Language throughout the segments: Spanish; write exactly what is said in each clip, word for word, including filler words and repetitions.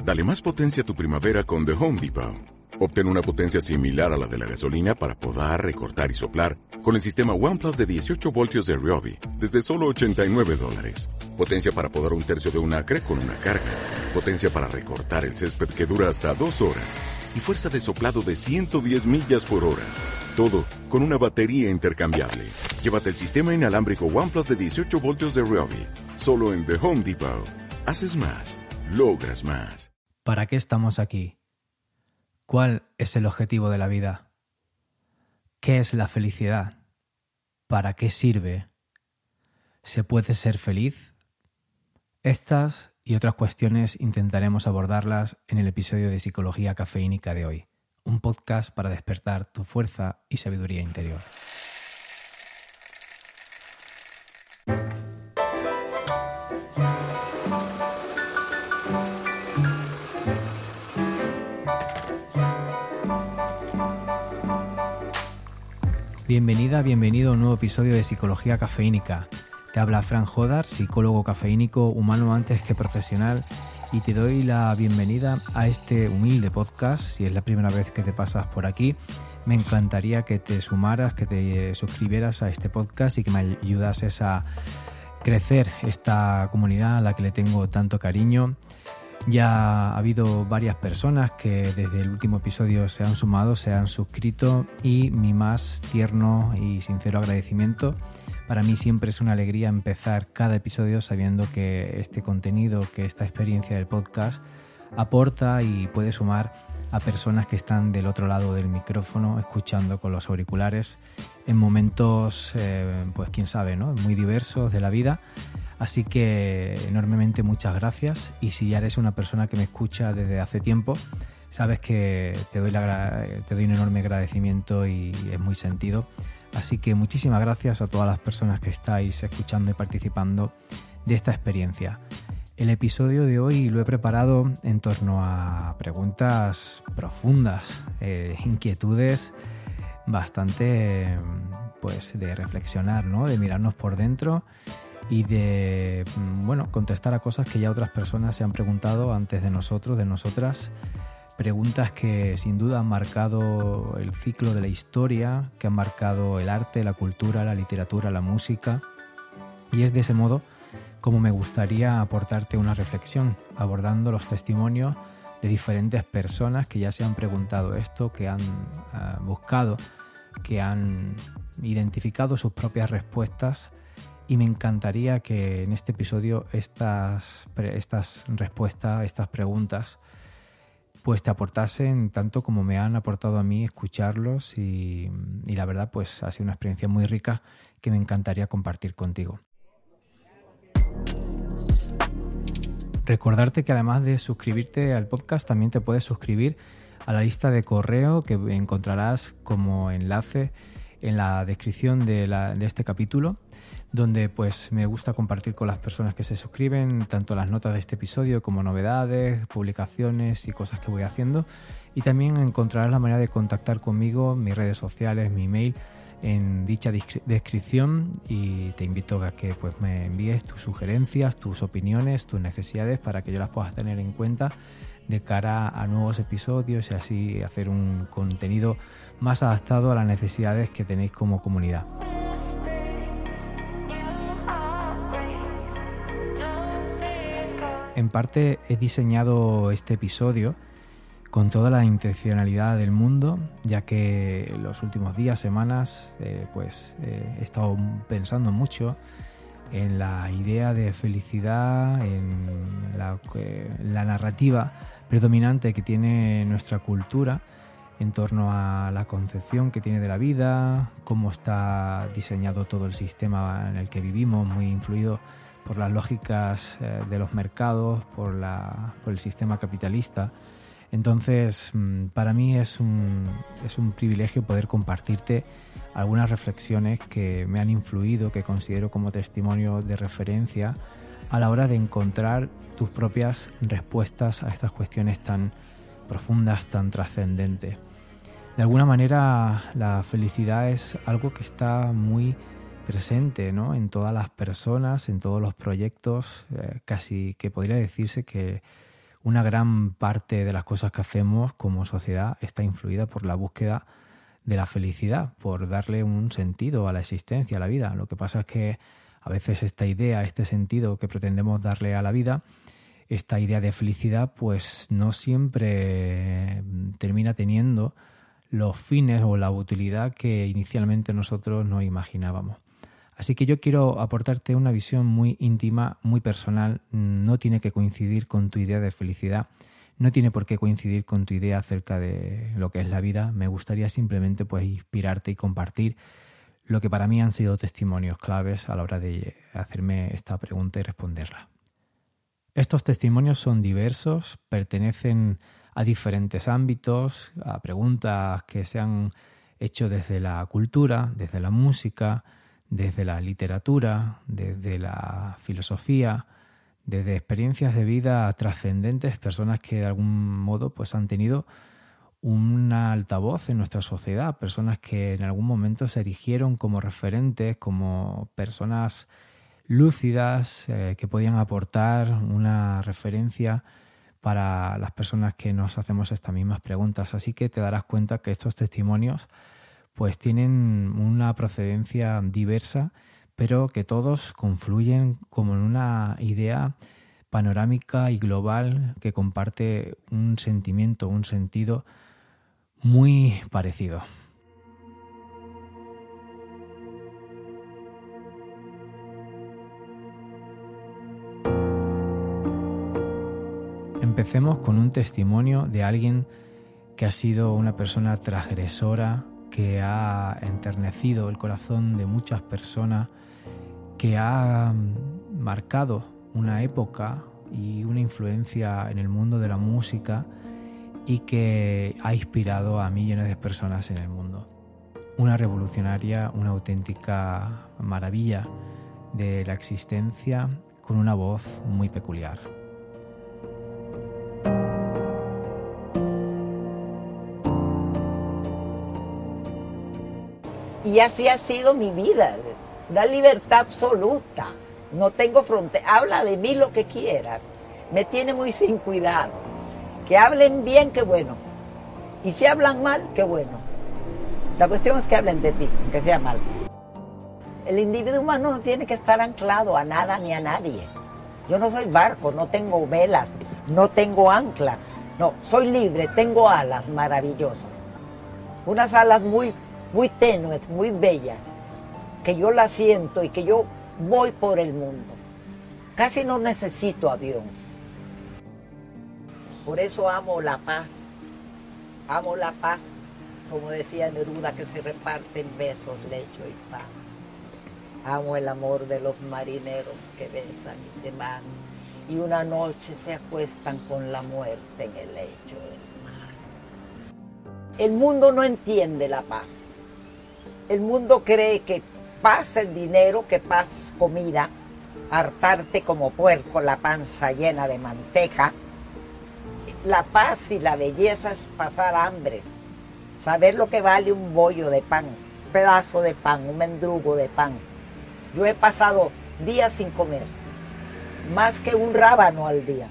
Dale más potencia a tu primavera con The Home Depot. Obtén una potencia similar a la de la gasolina para podar, recortar y soplar con el sistema OnePlus de dieciocho voltios de Ryobi desde solo ochenta y nueve dólares. Potencia para podar un tercio de un acre con una carga. Potencia para recortar el césped que dura hasta dos horas. Y fuerza de soplado de ciento diez millas por hora. Todo con una batería intercambiable. Llévate el sistema inalámbrico OnePlus de dieciocho voltios de Ryobi. Solo en The Home Depot. Haces más. Logras más. ¿Para qué estamos aquí? ¿Cuál es el objetivo de la vida? ¿Qué es la felicidad? ¿Para qué sirve? ¿Se puede ser feliz? Estas y otras cuestiones intentaremos abordarlas en el episodio de Psicología Cafeínica de hoy, un podcast para despertar tu fuerza y sabiduría interior. Bienvenida, bienvenido a un nuevo episodio de Psicología Cafeínica. Te habla Fran Jodar, psicólogo cafeínico, humano antes que profesional, y te doy la bienvenida a este humilde podcast. Si es la primera vez que te pasas por aquí, me encantaría que te sumaras, que te suscribieras a este podcast y que me ayudases a crecer esta comunidad a la que le tengo tanto cariño. Ya ha habido varias personas que desde el último episodio se han sumado, se han suscrito, y mi más tierno y sincero agradecimiento. Para mí siempre es una alegría empezar cada episodio sabiendo que este contenido, que esta experiencia del podcast aporta y puede sumar a personas que están del otro lado del micrófono escuchando con los auriculares en momentos, eh, pues quién sabe, ¿no? Muy diversos de la vida. Así que enormemente muchas gracias, y si ya eres una persona que me escucha desde hace tiempo, sabes que te doy, la, te doy un enorme agradecimiento y es muy sentido. Así que muchísimas gracias a todas las personas que estáis escuchando y participando de esta experiencia. El episodio de hoy lo he preparado en torno a preguntas profundas, eh, inquietudes bastante pues, de reflexionar, ¿no? De mirarnos por dentro y de bueno, contestar a cosas que ya otras personas se han preguntado antes de nosotros, de nosotras. Preguntas que sin duda han marcado el ciclo de la historia, que han marcado el arte, la cultura, la literatura, la música. Y es de ese modo como me gustaría aportarte una reflexión, abordando los testimonios de diferentes personas que ya se han preguntado esto, que han uh, buscado, que han identificado sus propias respuestas. Y me encantaría que en este episodio estas, estas respuestas, estas preguntas, pues te aportasen tanto como me han aportado a mí escucharlos, y, y la verdad pues ha sido una experiencia muy rica que me encantaría compartir contigo. Recordarte que además de suscribirte al podcast, también te puedes suscribir a la lista de correo que encontrarás como enlace en la descripción de, la, de este capítulo, donde pues me gusta compartir con las personas que se suscriben tanto las notas de este episodio como novedades, publicaciones y cosas que voy haciendo. Y también encontrarás la manera de contactar conmigo, mis redes sociales, mi email en dicha descripción, y te invito a que pues me envíes tus sugerencias, tus opiniones, tus necesidades para que yo las puedas tener en cuenta de cara a nuevos episodios y así hacer un contenido más adaptado a las necesidades que tenéis como comunidad. En parte he diseñado este episodio con toda la intencionalidad del mundo, ya que en los últimos días, semanas, eh, pues eh, he estado pensando mucho en la idea de felicidad, en la, en la narrativa predominante que tiene nuestra cultura en torno a la concepción que tiene de la vida, cómo está diseñado todo el sistema en el que vivimos, muy influido por las lógicas eh, de los mercados, por, la, por el sistema capitalista. Entonces, para mí es un, es un privilegio poder compartirte algunas reflexiones que me han influido, que considero como testimonio de referencia a la hora de encontrar tus propias respuestas a estas cuestiones tan profundas, tan trascendentes. De alguna manera, la felicidad es algo que está muy presente, ¿no?, en todas las personas, en todos los proyectos, eh, casi que podría decirse que una gran parte de las cosas que hacemos como sociedad está influida por la búsqueda de la felicidad, por darle un sentido a la existencia, a la vida. Lo que pasa es que a veces esta idea, este sentido que pretendemos darle a la vida, esta idea de felicidad, pues no siempre termina teniendo los fines o la utilidad que inicialmente nosotros nos imaginábamos. Así que yo quiero aportarte una visión muy íntima, muy personal. No tiene que coincidir con tu idea de felicidad, no tiene por qué coincidir con tu idea acerca de lo que es la vida. Me gustaría simplemente pues inspirarte y compartir lo que para mí han sido testimonios claves a la hora de hacerme esta pregunta y responderla. Estos testimonios son diversos, pertenecen a diferentes ámbitos, a preguntas que se han hecho desde la cultura, desde la música, desde la literatura, desde la filosofía, desde experiencias de vida trascendentes, personas que de algún modo pues han tenido un altavoz en nuestra sociedad, personas que en algún momento se erigieron como referentes, como personas lúcidas, eh, que podían aportar una referencia para las personas que nos hacemos estas mismas preguntas. Así que te darás cuenta que estos testimonios pues tienen una procedencia diversa, pero que todos confluyen como en una idea panorámica y global que comparte un sentimiento, un sentido muy parecido. Empecemos con un testimonio de alguien que ha sido una persona transgresora, que ha enternecido el corazón de muchas personas, que ha marcado una época y una influencia en el mundo de la música y que ha inspirado a millones de personas en el mundo. Una revolucionaria, una auténtica maravilla de la existencia, con una voz muy peculiar. Y así ha sido mi vida, una libertad absoluta. No tengo frontera. Habla de mí lo que quieras. Me tiene muy sin cuidado. Que hablen bien, qué bueno. Y si hablan mal, qué bueno. La cuestión es que hablen de ti, que sea mal. El individuo humano no tiene que estar anclado a nada ni a nadie. Yo no soy barco, no tengo velas, no tengo ancla. No, soy libre, tengo alas maravillosas. Unas alas muy, muy tenues, muy bellas, que yo las siento y que yo voy por el mundo. Casi no necesito avión. Por eso amo la paz. Amo la paz, como decía Neruda, que se reparten besos, lecho y pan. Amo el amor de los marineros que besan y se van, y una noche se acuestan con la muerte en el lecho del mar. El mundo no entiende la paz. El mundo cree que paz es dinero, que paz es comida, hartarte como puerco la panza llena de manteca. La paz y la belleza es pasar hambres, saber lo que vale un bollo de pan, un pedazo de pan, un mendrugo de pan. Yo he pasado días sin comer, más que un rábano al día.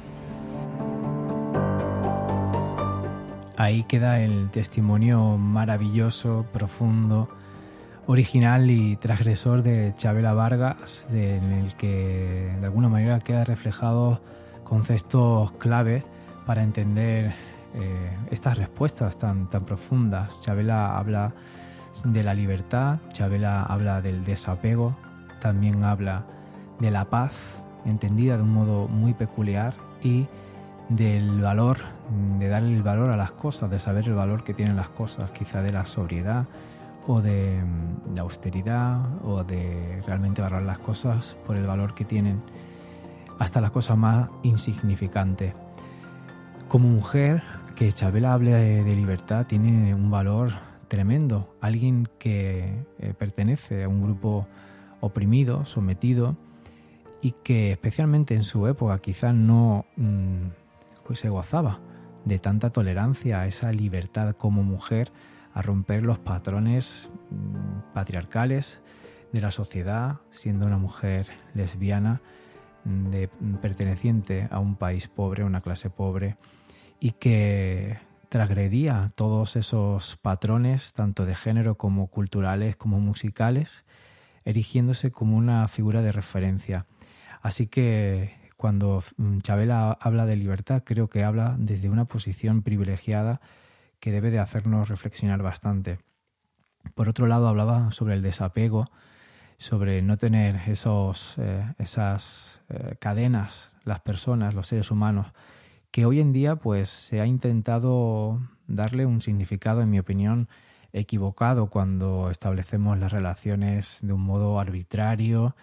Ahí queda el testimonio maravilloso, profundo, original y transgresor de Chavela Vargas, de, en el que de alguna manera queda reflejados conceptos clave para entender eh, estas respuestas tan, tan profundas. Chavela habla de la libertad, Chavela habla del desapego, también habla de la paz, entendida de un modo muy peculiar, y del valor, de darle el valor a las cosas, de saber el valor que tienen las cosas, quizá de la sobriedad o de la austeridad, o de realmente valorar las cosas por el valor que tienen, hasta las cosas más insignificantes. Como mujer, que Chavela hable de libertad tiene un valor tremendo. Alguien que eh, pertenece a un grupo oprimido, sometido, y que especialmente en su época quizás no mmm, pues se gozaba de tanta tolerancia a esa libertad como mujer, a romper los patrones mmm, patriarcales de la sociedad, siendo una mujer lesbiana, de, perteneciente a un país pobre, una clase pobre, y que transgredía todos esos patrones, tanto de género como culturales como musicales, erigiéndose como una figura de referencia. Así que cuando Chavela habla de libertad, creo que habla desde una posición privilegiada que debe de hacernos reflexionar bastante. Por otro lado, hablaba sobre el desapego, sobre no tener esos, eh, esas eh, cadenas, las personas, los seres humanos, que hoy en día pues se ha intentado darle un significado, en mi opinión, equivocado cuando establecemos las relaciones de un modo arbitrario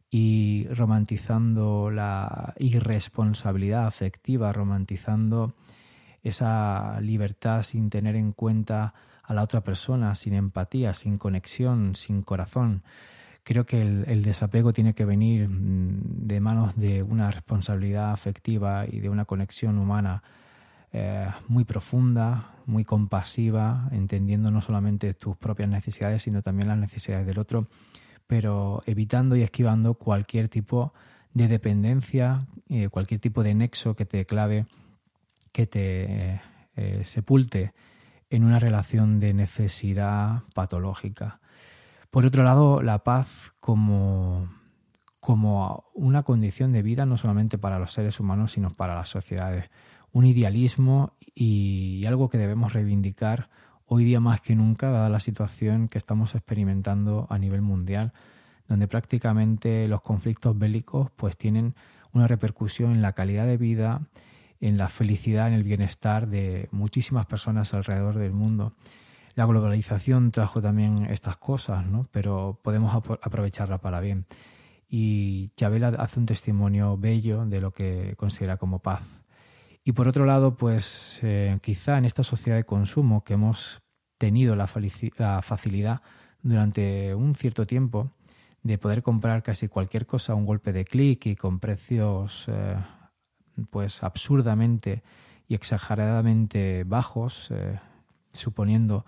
y romantizando la irresponsabilidad afectiva, romantizando esa libertad sin tener en cuenta a la otra persona, sin empatía, sin conexión, sin corazón. Creo que el, el desapego tiene que venir de manos de una responsabilidad afectiva y de una conexión humana eh, muy profunda, muy compasiva, entendiendo no solamente tus propias necesidades, sino también las necesidades del otro, pero evitando y esquivando cualquier tipo de dependencia, eh, cualquier tipo de nexo que te clave, que te eh, eh, sepulte en una relación de necesidad patológica. Por otro lado, la paz como, como una condición de vida no solamente para los seres humanos, sino para las sociedades. Un idealismo y algo que debemos reivindicar hoy día más que nunca, dada la situación que estamos experimentando a nivel mundial, donde prácticamente los conflictos bélicos pues tienen una repercusión en la calidad de vida, en la felicidad, en el bienestar de muchísimas personas alrededor del mundo. La globalización trajo también estas cosas, ¿no? Pero podemos ap- aprovecharla para bien. Y Chavela hace un testimonio bello de lo que considera como paz. Y por otro lado, pues eh, quizá en esta sociedad de consumo que hemos tenido la, felici- la facilidad durante un cierto tiempo de poder comprar casi cualquier cosa a un golpe de clic y con precios eh, pues absurdamente y exageradamente bajos, eh, suponiendo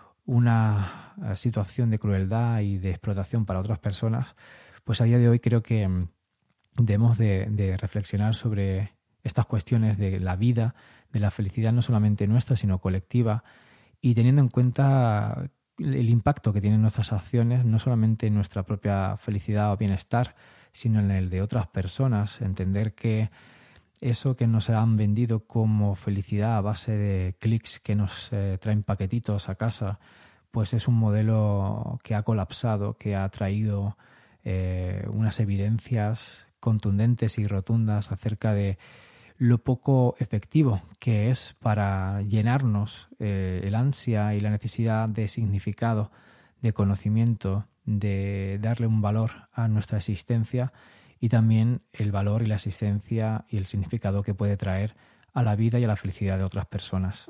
una situación de crueldad y de explotación para otras personas, pues a día de hoy creo que debemos de, de reflexionar sobre estas cuestiones de la vida, de la felicidad no solamente nuestra, sino colectiva, y teniendo en cuenta el impacto que tienen nuestras acciones, no solamente en nuestra propia felicidad o bienestar, sino en el de otras personas. Entender que eso que nos han vendido como felicidad a base de clics que nos eh, traen paquetitos a casa, pues es un modelo que ha colapsado, que ha traído eh, unas evidencias contundentes y rotundas acerca de lo poco efectivo que es para llenarnos eh, el ansia y la necesidad de significado, de conocimiento, de darle un valor a nuestra existencia, y también el valor y la existencia y el significado que puede traer a la vida y a la felicidad de otras personas.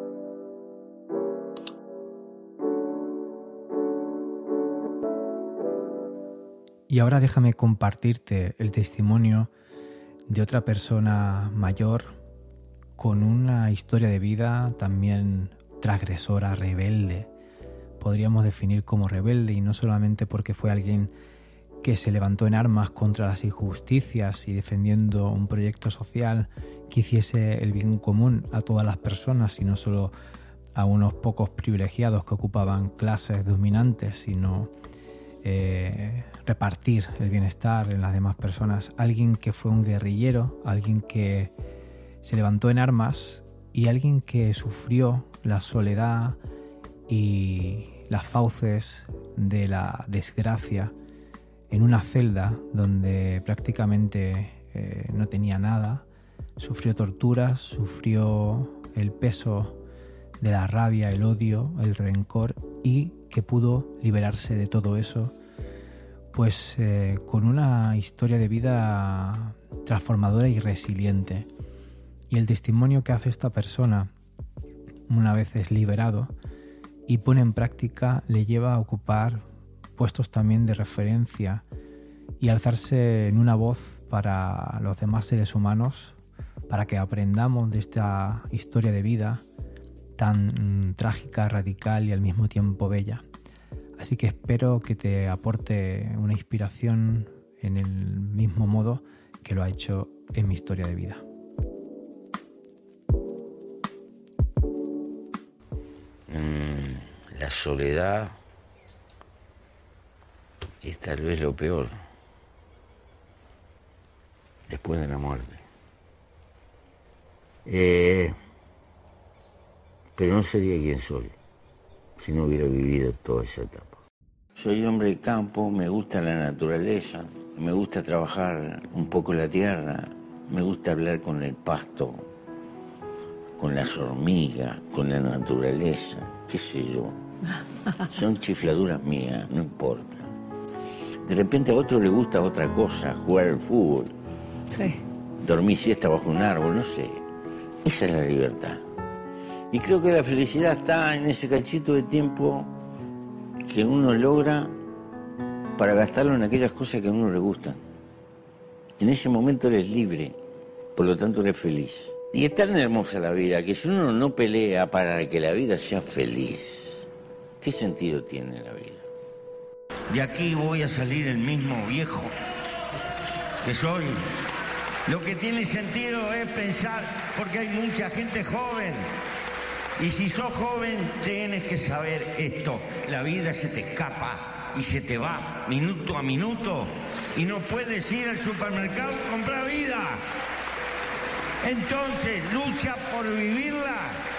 Y ahora déjame compartirte el testimonio de otra persona mayor con una historia de vida también transgresora, rebelde. Podríamos definir como rebelde, y no solamente porque fue alguien que se levantó en armas contra las injusticias y defendiendo un proyecto social que hiciese el bien común a todas las personas, y no solo a unos pocos privilegiados que ocupaban clases dominantes, sino eh, repartir el bienestar en las demás personas. Alguien que fue un guerrillero, alguien que se levantó en armas y alguien que sufrió la soledad y las fauces de la desgracia en una celda donde prácticamente eh, no tenía nada, sufrió torturas, sufrió el peso de la rabia, el odio, el rencor, y que pudo liberarse de todo eso, pues eh, con una historia de vida transformadora y resiliente. Y el testimonio que hace esta persona, una vez es liberado y pone en práctica, le lleva a ocupar puestos también de referencia y alzarse en una voz para los demás seres humanos, para que aprendamos de esta historia de vida tan mm, trágica, radical y al mismo tiempo bella. Así que espero que te aporte una inspiración en el mismo modo que lo ha hecho en mi historia de vida. Mm, la soledad es tal vez lo peor después de la muerte. Eh, pero no sería quien soy si no hubiera vivido toda esa etapa. Soy hombre de campo, me gusta la naturaleza, me gusta trabajar un poco la tierra, me gusta hablar con el pasto, con las hormigas, con la naturaleza, qué sé yo. Son chifladuras mías, no importa. De repente a otro le gusta otra cosa, jugar al fútbol, Sí. dormir siesta bajo un árbol, no sé. Esa es la libertad. Y creo que la felicidad está en ese cachito de tiempo que uno logra para gastarlo en aquellas cosas que a uno le gustan. En ese momento eres libre, por lo tanto eres feliz. Y es tan hermosa la vida que si uno no pelea para que la vida sea feliz, ¿qué sentido tiene la vida? De aquí voy a salir el mismo viejo que soy. Lo que tiene sentido es pensar, porque hay mucha gente joven. Y si sos joven, tienes que saber esto. La vida se te escapa y se te va minuto a minuto. Y no puedes ir al supermercado y comprar vida. Entonces, lucha por vivirla,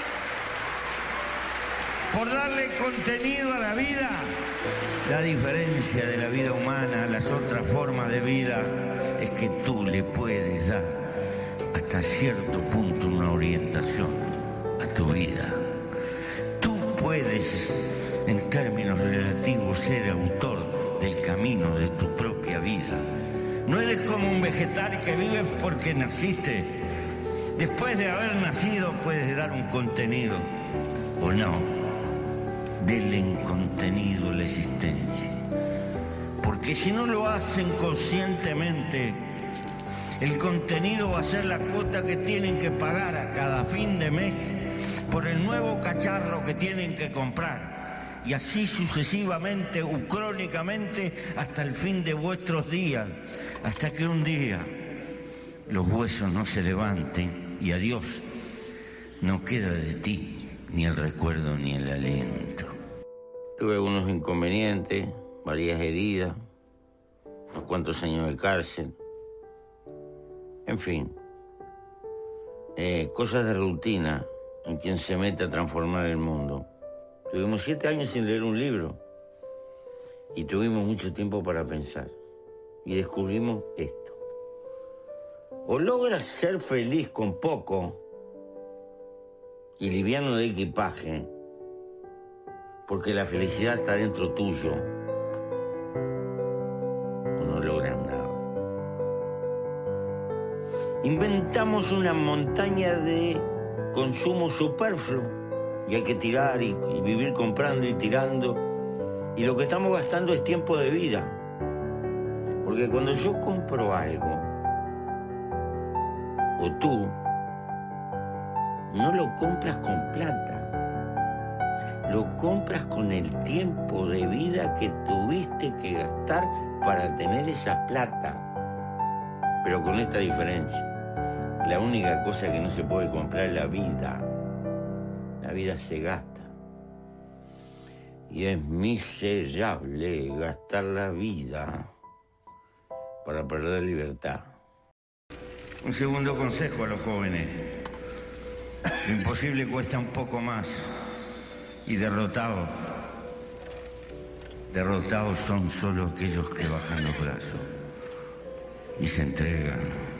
por darle contenido a la vida. La diferencia de la vida humana a las otras formas de vida es que tú le puedes dar hasta cierto punto una orientación a tu vida. Tú puedes, en términos relativos, ser autor del camino de tu propia vida. No eres como un vegetal que vive porque naciste. Después de haber nacido puedes dar un contenido o no. Denle en contenido a la existencia. Porque si no lo hacen conscientemente, el contenido va a ser la cuota que tienen que pagar a cada fin de mes por el nuevo cacharro que tienen que comprar. Y así sucesivamente, ucrónicamente, hasta el fin de vuestros días. Hasta que un día los huesos no se levanten y adiós, no queda de ti ni el recuerdo ni el aliento. Tuve algunos inconvenientes, varias heridas, unos cuantos años de cárcel. En fin, eh, cosas de rutina en quien se mete a transformar el mundo. Tuvimos siete años sin leer un libro y tuvimos mucho tiempo para pensar. Y descubrimos esto. O logras ser feliz con poco y liviano de equipaje, porque la felicidad está dentro tuyo, o no logras nada. Inventamos una montaña de consumo superfluo y hay que tirar y, y vivir comprando y tirando, y lo que estamos gastando es tiempo de vida, porque cuando yo compro algo, o tú, no lo compras con plata. Lo compras con el tiempo de vida que tuviste que gastar para tener esa plata. Pero con esta diferencia. La única cosa que no se puede comprar es la vida. La vida se gasta. Y es miserable gastar la vida para perder libertad. Un segundo consejo a los jóvenes. Lo imposible cuesta un poco más. Y derrotados, derrotados son solo aquellos que bajan los brazos y se entregan.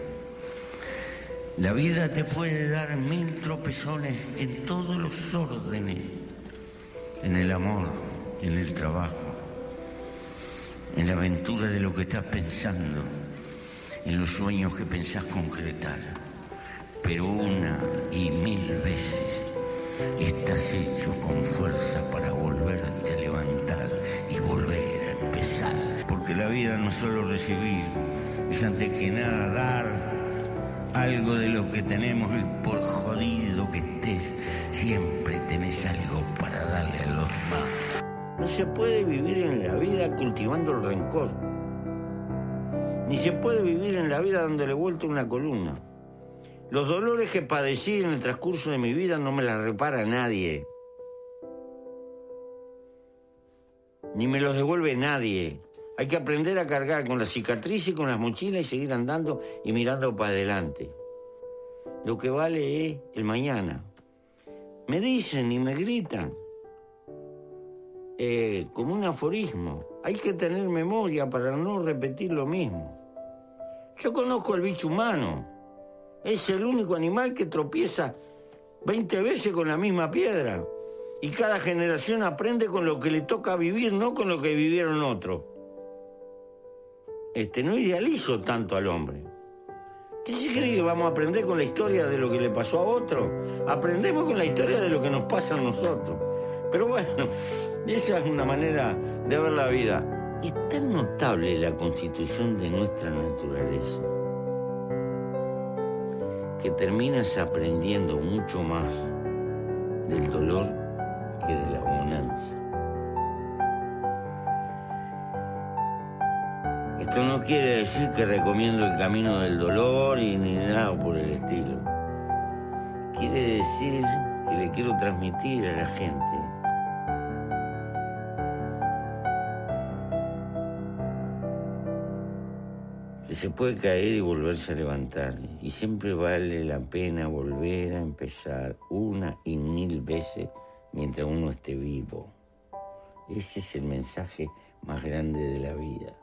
La vida te puede dar mil tropezones en todos los órdenes, en el amor, en el trabajo, en la aventura de lo que estás pensando, en los sueños que pensás concretar. Pero una y mil veces estás hecho con fuerza para volverte a levantar y volver a empezar. Porque la vida no es solo recibir, es antes que nada dar algo de lo que tenemos, y por jodido que estés, siempre tenés algo para darle a los demás. No se puede vivir en la vida cultivando el rencor. Ni se puede vivir en la vida dándole vuelta una columna. Los dolores que padecí en el transcurso de mi vida no me las repara nadie. Ni me los devuelve nadie. Hay que aprender a cargar con la cicatriz y con las mochilas y seguir andando y mirando para adelante. Lo que vale es el mañana. Me dicen y me gritan, eh, como un aforismo, hay que tener memoria para no repetir lo mismo. Yo conozco al bicho humano. Es el único animal que tropieza veinte veces con la misma piedra. Y cada generación aprende con lo que le toca vivir, no con lo que vivieron otros. Este, no idealizo tanto al hombre. ¿Qué se cree que vamos a aprender con la historia de lo que le pasó a otro? Aprendemos con la historia de lo que nos pasa a nosotros. Pero bueno, esa es una manera de ver la vida. Es tan notable la constitución de nuestra naturaleza que terminas aprendiendo mucho más del dolor que de la bonanza. Esto no quiere decir que recomiendo el camino del dolor y ni nada por el estilo. Quiere decir que le quiero transmitir a la gente que se puede caer y volverse a levantar. Y siempre vale la pena volver a empezar una y mil veces mientras uno esté vivo. Ese es el mensaje más grande de la vida.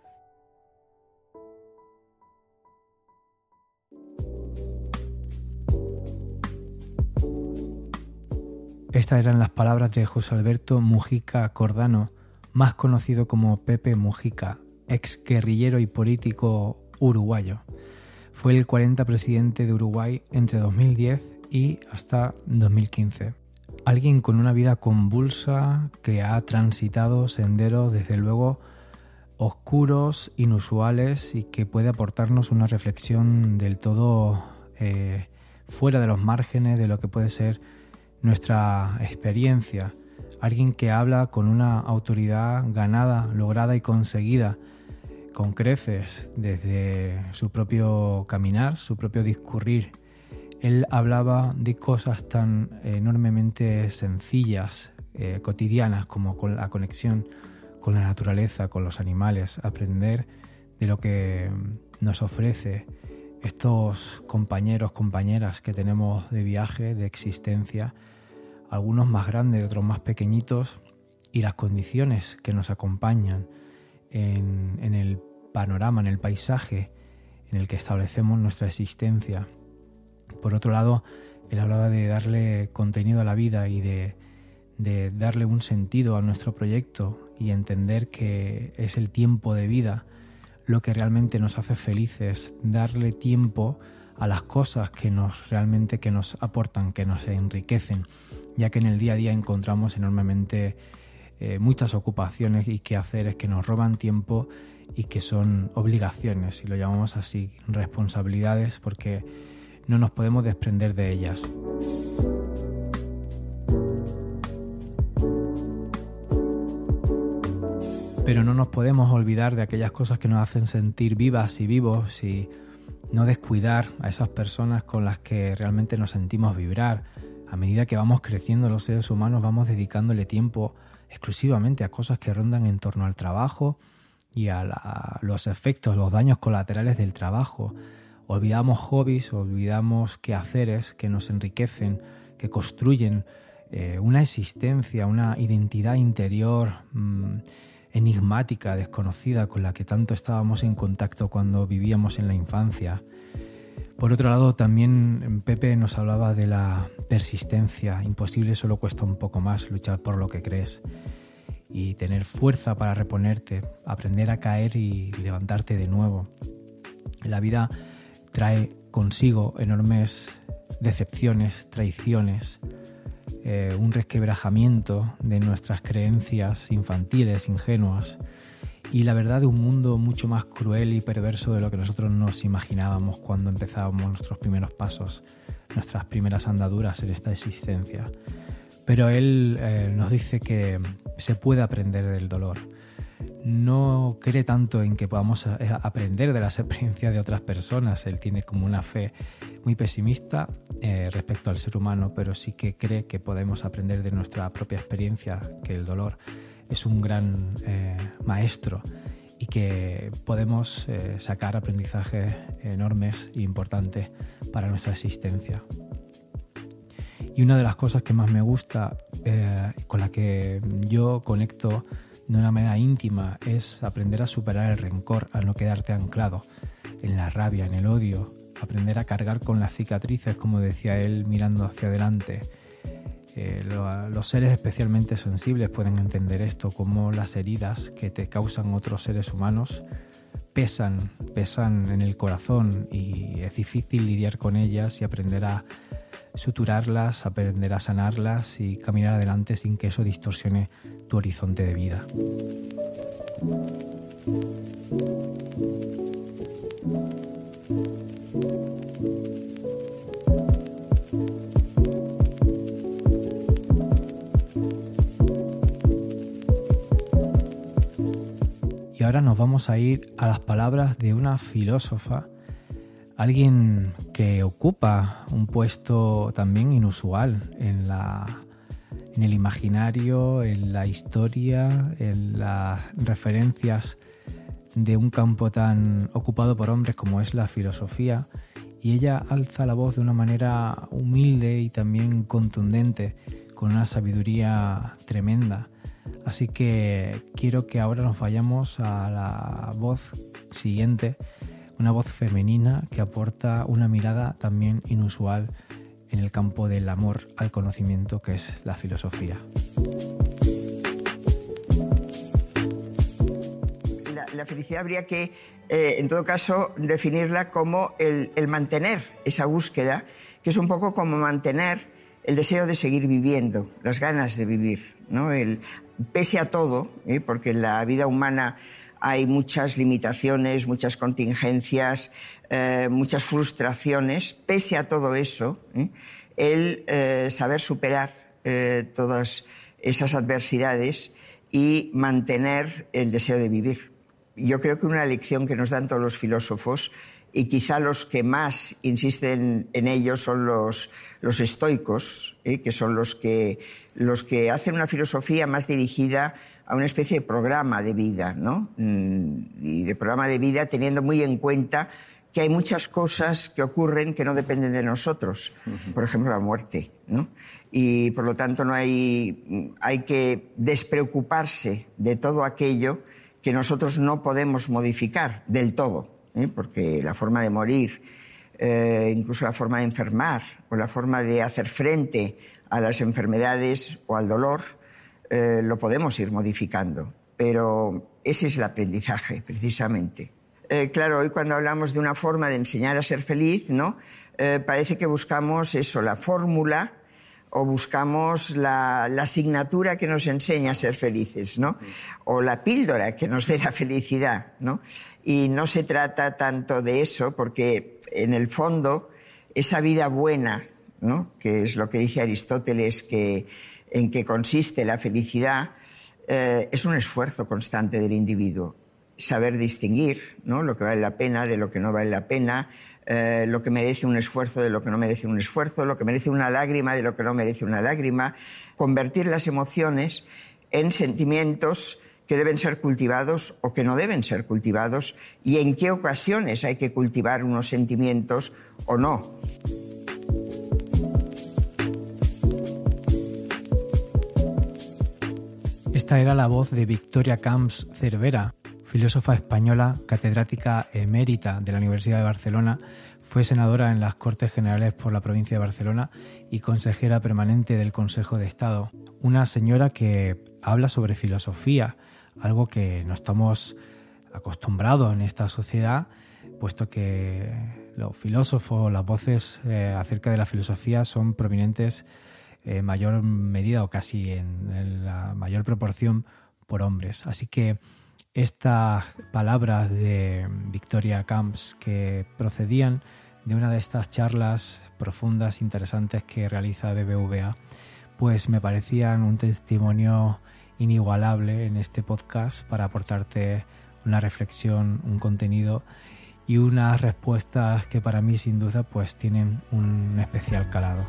Estas eran las palabras de José Alberto Mujica Cordano, más conocido como Pepe Mujica, ex guerrillero y político uruguayo. Fue el cuarenta presidente de Uruguay entre dos mil diez y hasta dos mil quince. Alguien con una vida convulsa que ha transitado senderos desde luego oscuros, inusuales y que puede aportarnos una reflexión del todo eh, fuera de los márgenes de lo que puede ser nuestra experiencia. Alguien que habla con una autoridad ganada, lograda y conseguida con creces desde su propio caminar, su propio discurrir. Él hablaba de cosas tan enormemente sencillas, eh, cotidianas, como con la conexión con la naturaleza, con los animales, aprender de lo que nos ofrece estos compañeros, compañeras que tenemos de viaje, de existencia, algunos más grandes, otros más pequeñitos, y las condiciones que nos acompañan en, en el panorama, en el paisaje en el que establecemos nuestra existencia. Por otro lado, él hablaba de darle contenido a la vida y de, de darle un sentido a nuestro proyecto y entender que es el tiempo de vida lo que realmente nos hace felices, darle tiempo a las cosas que nos realmente que nos aportan, que nos enriquecen, ya que en el día a día encontramos enormemente eh, muchas ocupaciones y quehaceres que nos roban tiempo y que son obligaciones, si lo llamamos así, responsabilidades, porque no nos podemos desprender de ellas. Pero no nos podemos olvidar de aquellas cosas que nos hacen sentir vivas y vivos y no descuidar a esas personas con las que realmente nos sentimos vibrar. A medida que vamos creciendo los seres humanos vamos dedicándole tiempo exclusivamente a cosas que rondan en torno al trabajo y a, la, a los efectos, los daños colaterales del trabajo. Olvidamos hobbies, olvidamos quehaceres que nos enriquecen, que construyen eh, una existencia, una identidad interior mmm, enigmática, desconocida, con la que tanto estábamos en contacto cuando vivíamos en la infancia. Por otro lado, también Pepe nos hablaba de la persistencia. Imposible, solo cuesta un poco más luchar por lo que crees y tener fuerza para reponerte, aprender a caer y levantarte de nuevo. La vida trae consigo enormes decepciones, traiciones, eh, un resquebrajamiento de nuestras creencias infantiles, ingenuas, y la verdad de un mundo mucho más cruel y perverso de lo que nosotros nos imaginábamos cuando empezábamos nuestros primeros pasos, nuestras primeras andaduras en esta existencia. Pero él eh, nos dice que se puede aprender del dolor. no cree tanto en que podamos aprender de las experiencias de otras personas. Él tiene como una fe muy pesimista eh, respecto al ser humano, pero sí que cree que podemos aprender de nuestra propia experiencia, que el dolor es un gran eh, maestro y que podemos eh, sacar aprendizajes enormes e importantes para nuestra existencia. Y una de las cosas que más me gusta, eh, con la que yo conecto de una manera íntima, es aprender a superar el rencor, a no quedarte anclado en la rabia, en el odio, aprender a cargar con las cicatrices, como decía él, mirando hacia adelante. Eh, lo, los seres especialmente sensibles pueden entender esto, como las heridas que te causan otros seres humanos pesan, pesan en el corazón, y es difícil lidiar con ellas y aprender a suturarlas, aprender a sanarlas y caminar adelante sin que eso distorsione tu horizonte de vida. Y ahora nos vamos a ir a las palabras de una filósofa, alguien que ocupa un puesto también inusual en, la, en el imaginario, en la historia, en las referencias de un campo tan ocupado por hombres como es la filosofía, y ella alza la voz de una manera humilde y también contundente, con una sabiduría tremenda. Así que quiero que ahora nos vayamos a la voz siguiente, una voz femenina que aporta una mirada también inusual en el campo del amor al conocimiento, que es la filosofía. La, la felicidad habría que, eh, en todo caso, definirla como el, el mantener esa búsqueda, que es un poco como mantener el deseo de seguir viviendo, las ganas de vivir, ¿no? El, pese a todo, ¿eh? Porque en la vida humana hay muchas limitaciones, muchas contingencias, eh, muchas frustraciones. Pese a todo eso, ¿eh? el eh, saber superar eh, todas esas adversidades y mantener el deseo de vivir. Yo creo que una lección que nos dan todos los filósofos, y quizá los que más insisten en ello son los, los estoicos, ¿eh? que son los que, los que hacen una filosofía más dirigida a una especie de programa de vida, ¿no? Y de programa de vida teniendo muy en cuenta que hay muchas cosas que ocurren que no dependen de nosotros. Uh-huh. Por ejemplo, la muerte, ¿no? Y por lo tanto no hay, hay que despreocuparse de todo aquello que nosotros no podemos modificar del todo, ¿eh? Porque la forma de morir, eh, incluso la forma de enfermar o la forma de hacer frente a las enfermedades o al dolor, Eh, lo podemos ir modificando, pero ese es el aprendizaje, precisamente. Eh, claro, hoy cuando hablamos de una forma de enseñar a ser feliz, ¿no? Eh, parece que buscamos eso, la fórmula, o buscamos la, la asignatura que nos enseña a ser felices, ¿no? O la píldora que nos dé la felicidad, ¿no? Y no se trata tanto de eso, porque en el fondo esa vida buena, ¿no? Que es lo que dice Aristóteles, que en que consiste la felicidad, eh, es un esfuerzo constante del individuo. Saber distinguir, ¿no? Lo que vale la pena de lo que no vale la pena, eh, lo que merece un esfuerzo de lo que no merece un esfuerzo, lo que merece una lágrima de lo que no merece una lágrima, convertir las emociones en sentimientos que deben ser cultivados o que no deben ser cultivados, y en qué ocasiones hay que cultivar unos sentimientos o no. Esta era la voz de Victoria Camps Cervera, filósofa española, catedrática emérita de la Universidad de Barcelona, fue senadora en las Cortes Generales por la provincia de Barcelona y consejera permanente del Consejo de Estado. Una señora que habla sobre filosofía, algo que no estamos acostumbrados en esta sociedad, puesto que los filósofos, las voces eh, acerca de la filosofía son provenientes en mayor medida o casi en, en la mayor proporción por hombres. Así que estas palabras de Victoria Camps, que procedían de una de estas charlas profundas, interesantes que realiza B B V A, pues me parecían un testimonio inigualable en este podcast para aportarte una reflexión, un contenido y unas respuestas que para mí sin duda pues tienen un especial calado.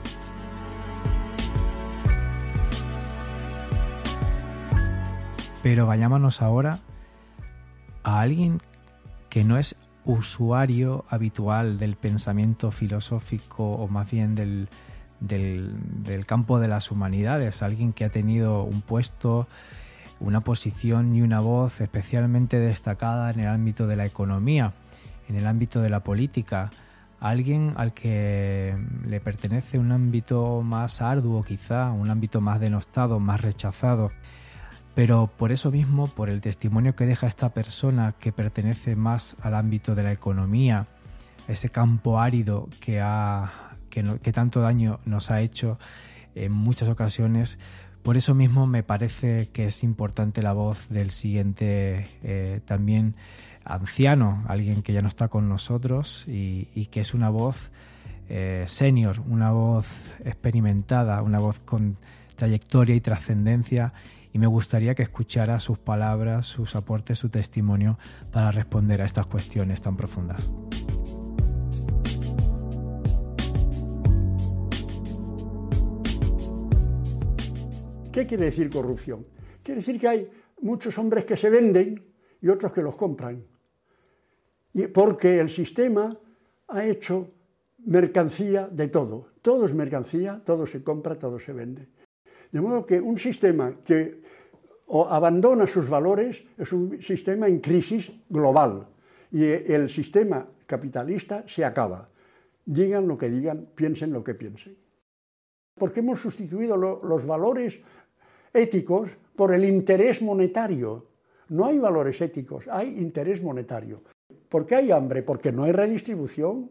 Pero vayámonos ahora a alguien que no es usuario habitual del pensamiento filosófico o más bien del, del, del campo de las humanidades, alguien que ha tenido un puesto, una posición y una voz especialmente destacada en el ámbito de la economía, en el ámbito de la política, alguien al que le pertenece un ámbito más arduo quizá, un ámbito más denostado, más rechazado. Pero por eso mismo, por el testimonio que deja esta persona que pertenece más al ámbito de la economía, ese campo árido que, ha, que, no, que tanto daño nos ha hecho en muchas ocasiones, por eso mismo me parece que es importante la voz del siguiente eh, también anciano, alguien que ya no está con nosotros y, y que es una voz eh, senior, una voz experimentada, una voz con trayectoria y trascendencia. Y me gustaría que escuchara sus palabras, sus aportes, su testimonio para responder a estas cuestiones tan profundas. ¿Qué quiere decir corrupción? Quiere decir que hay muchos hombres que se venden y otros que los compran. Y porque el sistema ha hecho mercancía de todo. Todo es mercancía, todo se compra, todo se vende. De modo que un sistema que abandona sus valores es un sistema en crisis global y el sistema capitalista se acaba. Digan lo que digan, piensen lo que piensen. Porque hemos sustituido lo, los valores éticos por el interés monetario. No hay valores éticos, hay interés monetario. ¿Por qué hay hambre? Porque no hay redistribución,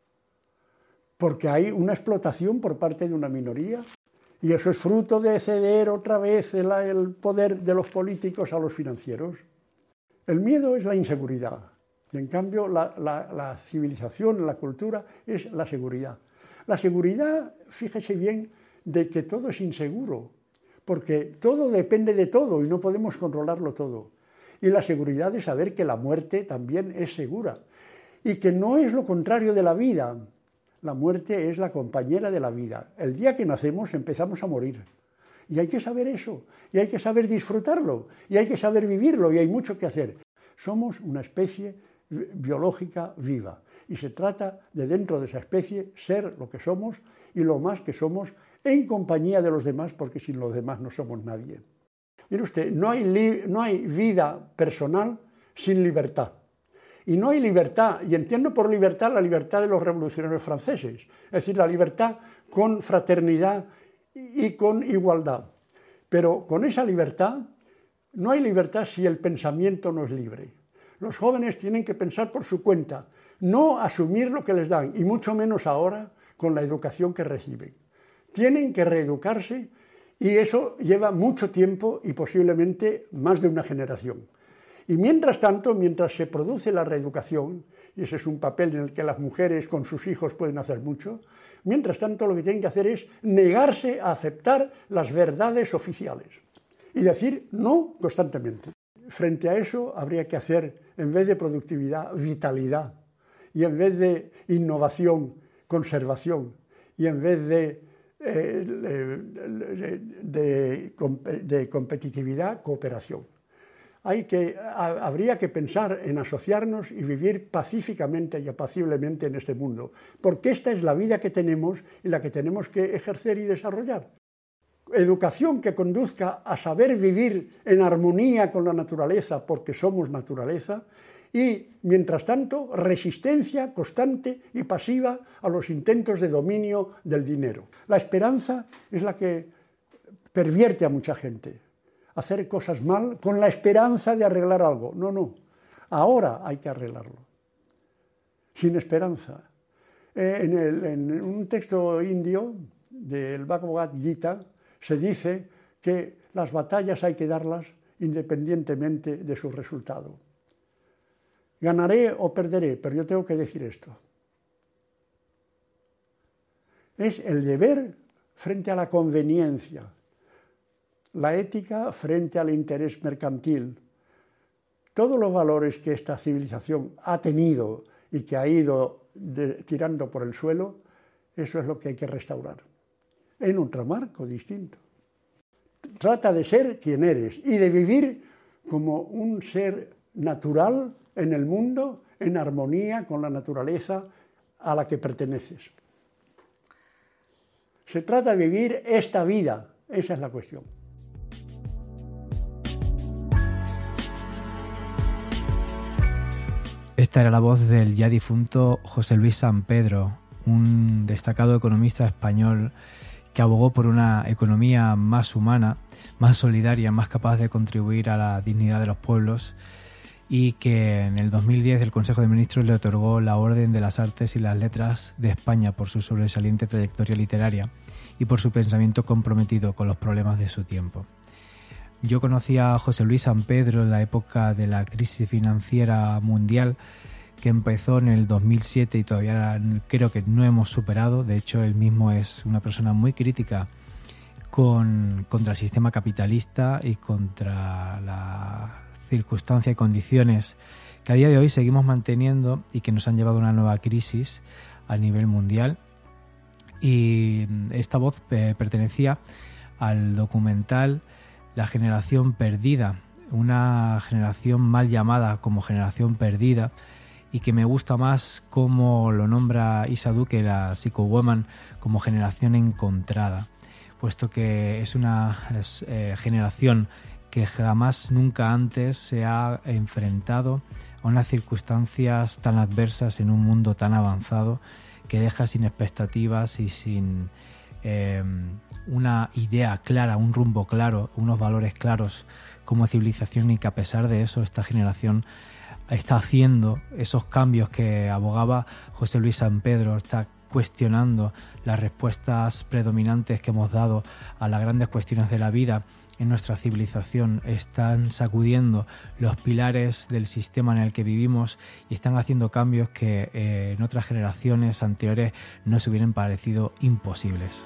porque hay una explotación por parte de una minoría. Y eso es fruto de ceder otra vez el, el poder de los políticos a los financieros. El miedo es la inseguridad. Y en cambio la, la, la civilización, la cultura, es la seguridad. La seguridad, fíjese bien, de que todo es inseguro, porque todo depende de todo y no podemos controlarlo todo. Y la seguridad de saber que la muerte también es segura y que no es lo contrario de la vida. La muerte es la compañera de la vida. El día que nacemos empezamos a morir. Y hay que saber eso, y hay que saber disfrutarlo, y hay que saber vivirlo, y hay mucho que hacer. Somos una especie biológica viva, y se trata de dentro de esa especie ser lo que somos y lo más que somos en compañía de los demás, porque sin los demás no somos nadie. Mire usted, no hay, li- no hay vida personal sin libertad. Y no hay libertad, y entiendo por libertad la libertad de los revolucionarios franceses, es decir, la libertad con fraternidad y con igualdad. Pero con esa libertad no hay libertad si el pensamiento no es libre. Los jóvenes tienen que pensar por su cuenta, no asumir lo que les dan, y mucho menos ahora con la educación que reciben. Tienen que reeducarse y eso lleva mucho tiempo y posiblemente más de una generación. Y mientras tanto, mientras se produce la reeducación, y ese es un papel en el que las mujeres con sus hijos pueden hacer mucho, mientras tanto lo que tienen que hacer es negarse a aceptar las verdades oficiales y decir no constantemente. Frente a eso habría que hacer, en vez de productividad, vitalidad, y en vez de innovación, conservación, y en vez de, eh, de, de, de, de competitividad, cooperación. Hay que, habría que pensar en asociarnos y vivir pacíficamente y apaciblemente en este mundo, porque esta es la vida que tenemos y la que tenemos que ejercer y desarrollar. Educación que conduzca a saber vivir en armonía con la naturaleza, porque somos naturaleza, y, mientras tanto, resistencia constante y pasiva a los intentos de dominio del dinero. La esperanza es la que pervierte a mucha gente. Hacer cosas mal con la esperanza de arreglar algo. No, no. Ahora hay que arreglarlo. Sin esperanza. Eh, en, el, en un texto indio del Bhagavad Gita se dice que las batallas hay que darlas independientemente de su resultado. Ganaré o perderé, pero yo tengo que decir esto. Es el deber frente a la conveniencia. la ética frente al interés mercantil. Todos los valores que esta civilización ha tenido y que ha ido de, tirando por el suelo, eso es lo que hay que restaurar, en otro marco distinto. Trata de ser quien eres y de vivir como un ser natural en el mundo, en armonía con la naturaleza a la que perteneces. Se trata de vivir esta vida, esa es la cuestión. Esta era la voz del ya difunto José Luis San Pedro, un destacado economista español que abogó por una economía más humana, más solidaria, más capaz de contribuir a la dignidad de los pueblos, y que en el dos mil diez el Consejo de Ministros le otorgó la Orden de las Artes y las Letras de España por su sobresaliente trayectoria literaria y por su pensamiento comprometido con los problemas de su tiempo. Yo conocí a José Luis San Pedro en la época de la crisis financiera mundial, que empezó en el dos mil siete y todavía creo que no hemos superado. De hecho, él mismo es una persona muy crítica con, contra el sistema capitalista y contra la circunstancia y condiciones que a día de hoy seguimos manteniendo y que nos han llevado a una nueva crisis a nivel mundial. Y esta voz eh, pertenecía al documental La Generación Perdida, una generación mal llamada como generación perdida, y que me gusta más como lo nombra Isa Duque, la Psychowoman, como generación encontrada, puesto que es una es, eh, generación que jamás nunca antes se ha enfrentado a unas circunstancias tan adversas en un mundo tan avanzado, que deja sin expectativas y sin eh, una idea clara, un rumbo claro, unos valores claros como civilización, y que a pesar de eso esta generación está haciendo esos cambios que abogaba José Luis San Pedro, está cuestionando las respuestas predominantes que hemos dado a las grandes cuestiones de la vida en nuestra civilización, están sacudiendo los pilares del sistema en el que vivimos y están haciendo cambios que eh, en otras generaciones anteriores no se hubieran parecido imposibles.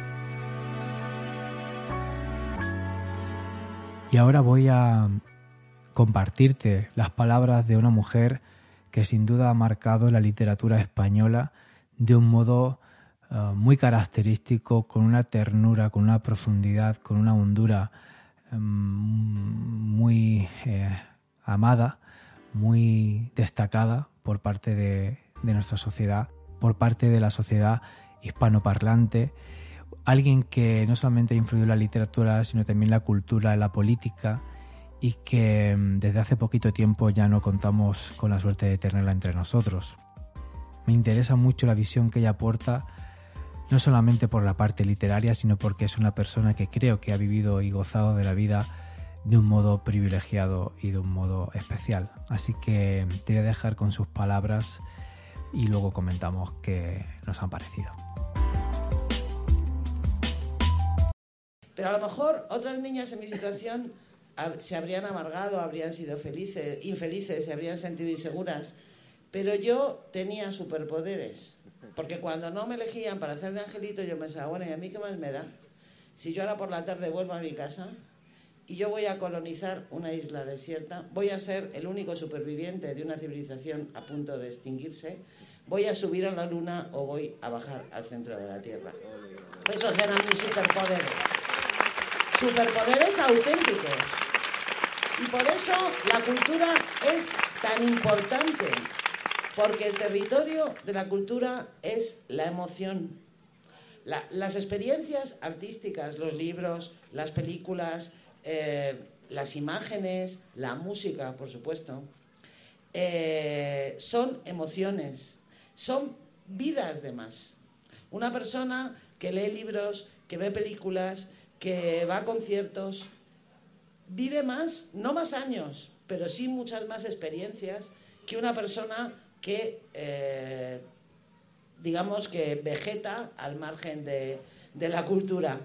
Y ahora voy a compartirte las palabras de una mujer que sin duda ha marcado la literatura española de un modo uh, muy característico, con una ternura, con una profundidad, con una hondura um, muy eh, amada, muy destacada por parte de, de nuestra sociedad, por parte de la sociedad hispanoparlante. Alguien que no solamente ha influido en la literatura, sino también en la cultura, en la política, y que desde hace poquito tiempo ya no contamos con la suerte de tenerla entre nosotros. Me interesa mucho la visión que ella aporta, no solamente por la parte literaria, sino porque es una persona que creo que ha vivido y gozado de la vida de un modo privilegiado y de un modo especial. Así que te voy a dejar con sus palabras y luego comentamos qué nos han parecido. Pero a lo mejor otras niñas en mi situación se habrían amargado, habrían sido felices, infelices, se habrían sentido inseguras. Pero yo tenía superpoderes, porque cuando no me elegían para hacer de angelito, yo pensaba, bueno, ¿y a mí qué más me da? Si yo ahora por la tarde vuelvo a mi casa y yo voy a colonizar una isla desierta, voy a ser el único superviviente de una civilización a punto de extinguirse, voy a subir a la luna o voy a bajar al centro de la Tierra. Esos eran mis superpoderes. Superpoderes auténticos. Y por eso la cultura es tan importante, porque el territorio de la cultura es la emoción. La, las experiencias artísticas, los libros, las películas, eh, las imágenes, la música, por supuesto, eh, son emociones, son vidas de más. Una persona que lee libros, que ve películas, que va a conciertos, vive más, no más años, pero sí muchas más experiencias que una persona que, eh, digamos, que vegeta al margen de, de la cultura.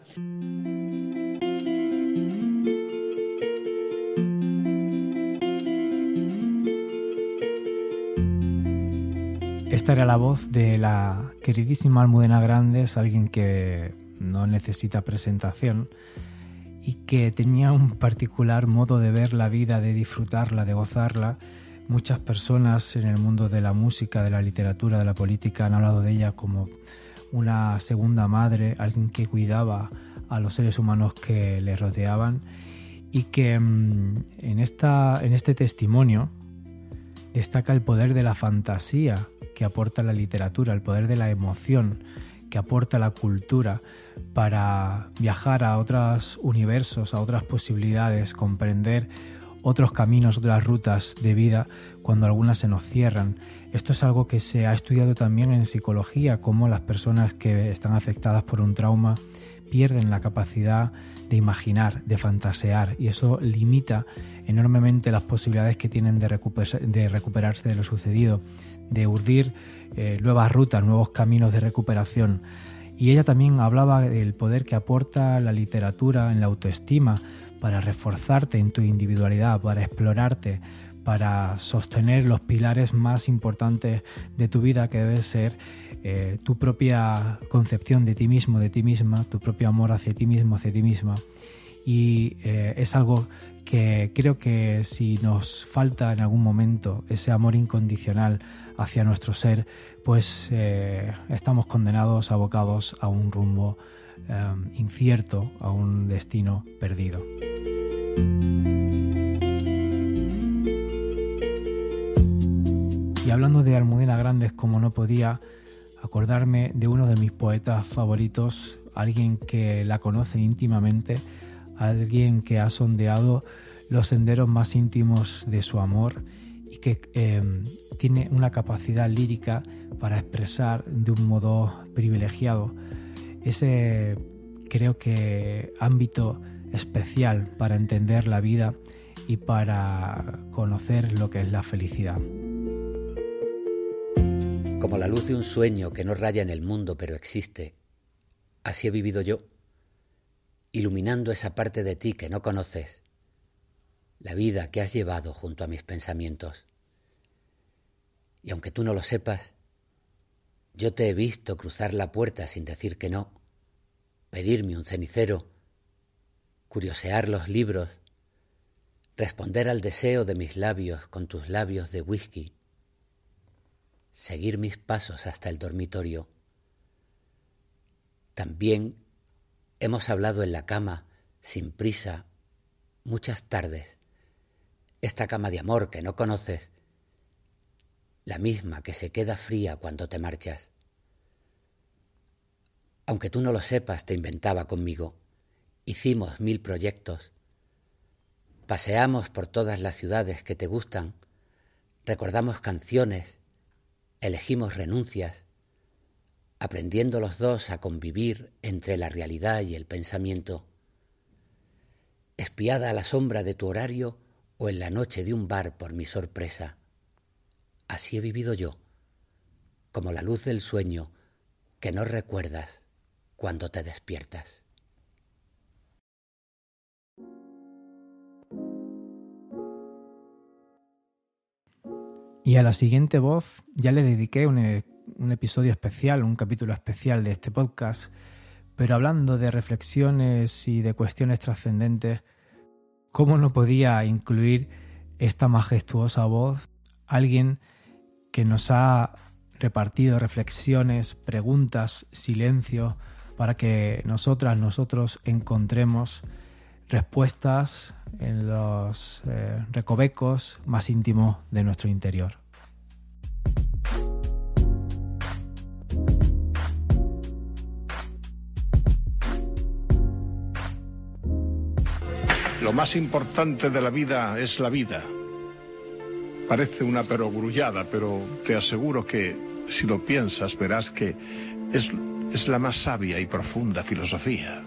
Esta era la voz de la queridísima Almudena Grandes, alguien que no necesita presentación y que tenía un particular modo de ver la vida, de disfrutarla, de gozarla. Muchas personas en el mundo de la música, de la literatura, de la política han hablado de ella como una segunda madre, alguien que cuidaba a los seres humanos que le rodeaban, y que en, esta, en este testimonio destaca el poder de la fantasía que aporta la literatura, el poder de la emoción que aporta la cultura para viajar a otros universos, a otras posibilidades, comprender otros caminos, otras rutas de vida cuando algunas se nos cierran. Esto es algo que se ha estudiado también en psicología, cómo las personas que están afectadas por un trauma pierden la capacidad de imaginar, de fantasear, y eso limita enormemente las posibilidades que tienen de, recuper- de recuperarse de lo sucedido, de urdir eh, nuevas rutas, nuevos caminos de recuperación. Y ella también hablaba del poder que aporta la literatura en la autoestima, para reforzarte en tu individualidad, para explorarte, para sostener los pilares más importantes de tu vida, que debe ser eh, tu propia concepción de ti mismo, de ti misma, tu propio amor hacia ti mismo, hacia ti misma. Y eh, es algo que creo que si nos falta en algún momento ese amor incondicional hacia nuestro ser, pues eh, estamos condenados, abocados a un rumbo eh, incierto, a un destino perdido. Y hablando de Almudena Grandes, como no podía acordarme de uno de mis poetas favoritos, alguien que la conoce íntimamente, alguien que ha sondeado los senderos más íntimos de su amor y que eh, tiene una capacidad lírica para expresar de un modo privilegiado ese, creo que, ámbito especial para entender la vida y para conocer lo que es la felicidad. Como la luz de un sueño que no raya en el mundo pero existe, así he vivido yo, iluminando esa parte de ti que no conoces, la vida que has llevado junto a mis pensamientos. Y aunque tú no lo sepas, yo te he visto cruzar la puerta sin decir que no, pedirme un cenicero, curiosear los libros, responder al deseo de mis labios con tus labios de whisky, seguir mis pasos hasta el dormitorio. También hemos hablado en la cama, sin prisa, muchas tardes, esta cama de amor que no conoces, la misma que se queda fría cuando te marchas. Aunque tú no lo sepas, te inventaba conmigo, hicimos mil proyectos, paseamos por todas las ciudades que te gustan, recordamos canciones, elegimos renuncias, aprendiendo los dos a convivir entre la realidad y el pensamiento. Espiada a la sombra de tu horario o en la noche de un bar por mi sorpresa. Así he vivido yo, como la luz del sueño que no recuerdas cuando te despiertas. Y a la siguiente voz ya le dediqué un, un episodio especial, un capítulo especial de este podcast, pero hablando de reflexiones y de cuestiones trascendentes, ¿cómo no podía incluir esta majestuosa voz? Alguien que nos ha repartido reflexiones, preguntas, silencio, para que nosotras, nosotros encontremos respuestas en los eh, recovecos más íntimos de nuestro interior. Lo más importante de la vida es la vida. Parece una perogrullada, pero te aseguro que si lo piensas verás que es, es la más sabia y profunda filosofía.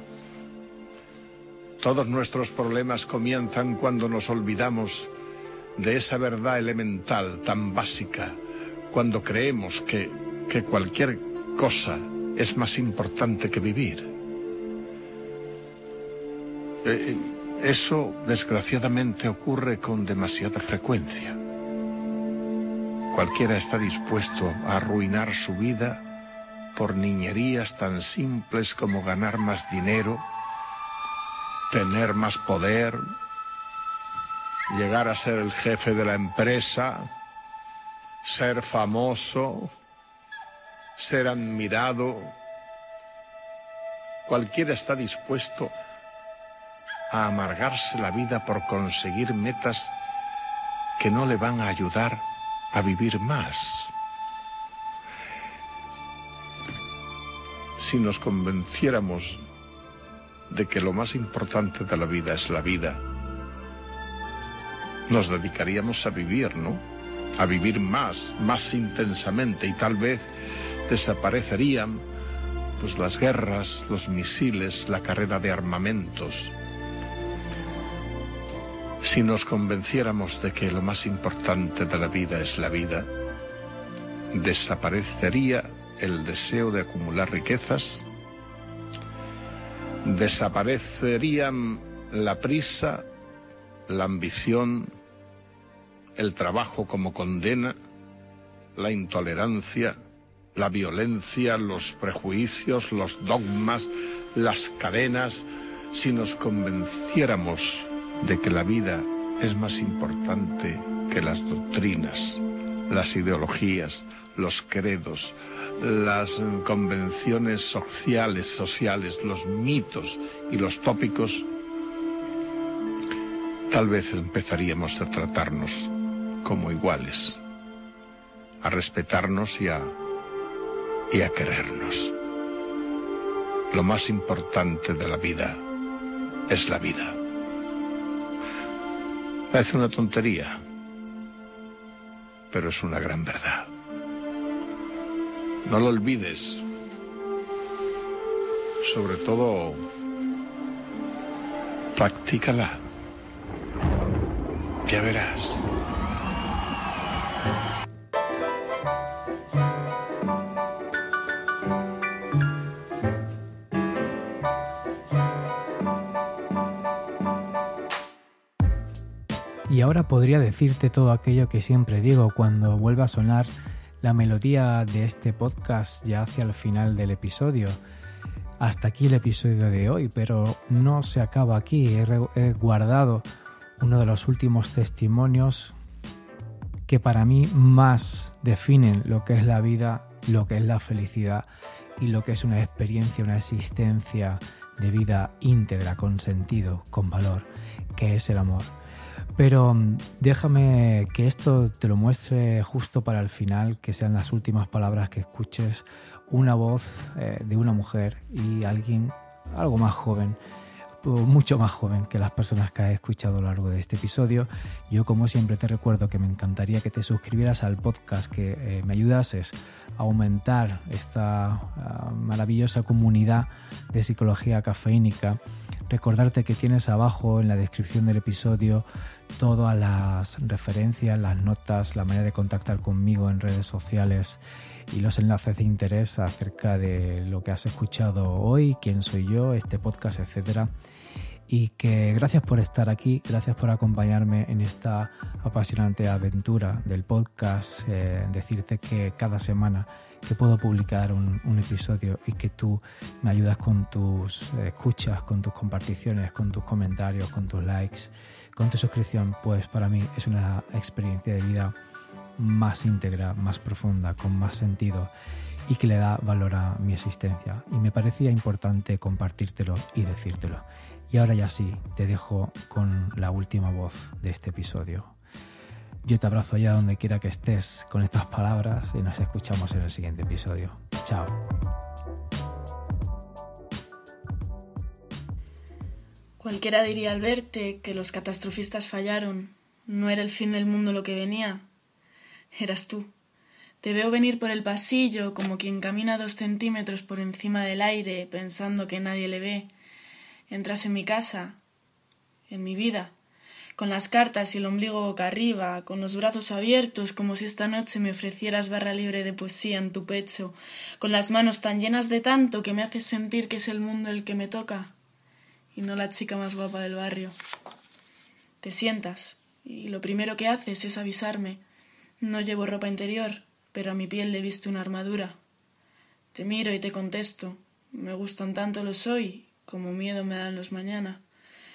Todos nuestros problemas comienzan cuando nos olvidamos de esa verdad elemental tan básica, cuando creemos que, que cualquier cosa es más importante que vivir. Eh, eso, desgraciadamente, ocurre con demasiada frecuencia. Cualquiera está dispuesto a arruinar su vida por niñerías tan simples como ganar más dinero, tener más poder, llegar a ser el jefe de la empresa, ser famoso, ser admirado. Cualquiera está dispuesto a amargarse la vida por conseguir metas que no le van a ayudar a vivir más. Si nos convenciéramos de que lo más importante de la vida es la vida, nos dedicaríamos a vivir, ¿no? A vivir más, más intensamente, y tal vez desaparecerían pues las guerras, los misiles, la carrera de armamentos. Si nos convenciéramos de que lo más importante de la vida es la vida, desaparecería el deseo de acumular riquezas, desaparecerían la prisa, la ambición, el trabajo como condena, la intolerancia, la violencia, los prejuicios, los dogmas, las cadenas. Si nos convenciéramos de que la vida es más importante que las doctrinas, las ideologías, los credos, las convenciones sociales, sociales, los mitos y los tópicos, tal vez empezaríamos a tratarnos como iguales, a respetarnos y a, y a querernos. Lo más importante de la vida es la vida. Parece una tontería, pero es una gran verdad. No lo olvides. Sobre todo, practícala. Ya verás. Y ahora podría decirte todo aquello que siempre digo cuando vuelva a sonar la melodía de este podcast ya hacia el final del episodio. Hasta aquí el episodio de hoy, pero no se acaba aquí. He, re- he guardado uno de los últimos testimonios que para mí más definen lo que es la vida, lo que es la felicidad y lo que es una experiencia, una existencia de vida íntegra, con sentido, con valor, que es el amor. Pero déjame que esto te lo muestre justo para el final, que sean las últimas palabras que escuches, una voz eh, de una mujer y alguien algo más joven, mucho más joven que las personas que has escuchado a lo largo de este episodio. Yo, como siempre, te recuerdo que me encantaría que te suscribieras al podcast, que eh, me ayudases a aumentar esta uh, maravillosa comunidad de psicología cafeínica. Recordarte que tienes abajo en la descripción del episodio todas las referencias, las notas, la manera de contactar conmigo en redes sociales y los enlaces de interés acerca de lo que has escuchado hoy, quién soy yo, este podcast, etcétera. Y que gracias por estar aquí, gracias por acompañarme en esta apasionante aventura del podcast. Eh, decirte que cada semana que puedo publicar un, un episodio y que tú me ayudas con tus escuchas, con tus comparticiones, con tus comentarios, con tus likes, con tu suscripción, pues para mí es una experiencia de vida más íntegra, más profunda, con más sentido y que le da valor a mi existencia. Y me parecía importante compartírtelo y decírtelo. Y ahora ya sí, te dejo con la última voz de este episodio. Yo te abrazo allá donde quiera que estés con estas palabras y nos escuchamos en el siguiente episodio. Chao. Cualquiera diría al verte que los catastrofistas fallaron. No era el fin del mundo lo que venía. Eras tú. Te veo venir por el pasillo como quien camina dos centímetros por encima del aire pensando que nadie le ve. Entras en mi casa, en mi vida, con las cartas y el ombligo boca arriba, con los brazos abiertos como si esta noche me ofrecieras barra libre de poesía en tu pecho, con las manos tan llenas de tanto que me haces sentir que es el mundo el que me toca y no la chica más guapa del barrio. Te sientas y lo primero que haces es avisarme. No llevo ropa interior, pero a mi piel le he visto una armadura. Te miro y te contesto. Me gustan tanto los hoy como miedo me dan los mañana.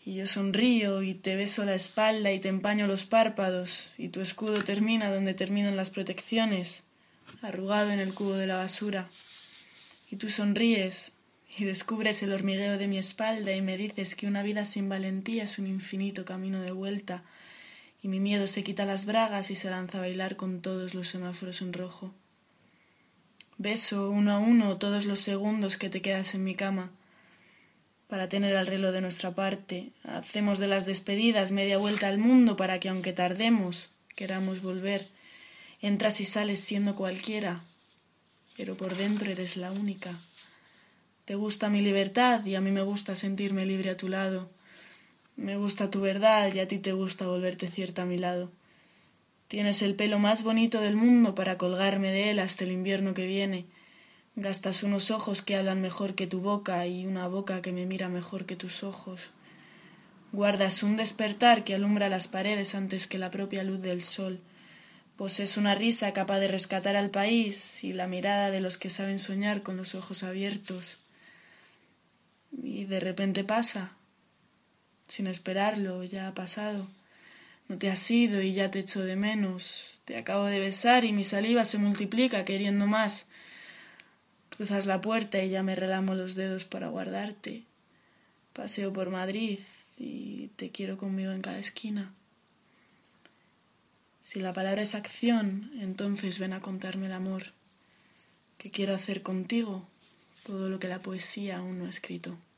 Y yo sonrío y te beso la espalda y te empaño los párpados, y tu escudo termina donde terminan las protecciones, arrugado en el cubo de la basura. Y tú sonríes y descubres el hormigueo de mi espalda y me dices que una vida sin valentía es un infinito camino de vuelta, y mi miedo se quita las bragas y se lanza a bailar con todos los semáforos en rojo. Beso uno a uno todos los segundos que te quedas en mi cama, para tener al reloj de nuestra parte. Hacemos de las despedidas media vuelta al mundo para que, aunque tardemos, queramos volver. Entras y sales siendo cualquiera, pero por dentro eres la única. Te gusta mi libertad y a mí me gusta sentirme libre a tu lado. Me gusta tu verdad y a ti te gusta volverte cierta a mi lado. Tienes el pelo más bonito del mundo para colgarme de él hasta el invierno que viene. Gastas unos ojos que hablan mejor que tu boca y una boca que me mira mejor que tus ojos. Guardas un despertar que alumbra las paredes antes que la propia luz del sol. Posees una risa capaz de rescatar al país y la mirada de los que saben soñar con los ojos abiertos. Y de repente pasa. Sin esperarlo, ya ha pasado. No te has ido y ya te echo de menos. Te acabo de besar y mi saliva se multiplica queriendo más. Cruzas la puerta y ya me relamo los dedos para guardarte. Paseo por Madrid y te quiero conmigo en cada esquina. Si la palabra es acción, entonces ven a contarme el amor, que quiero hacer contigo todo lo que la poesía aún no ha escrito.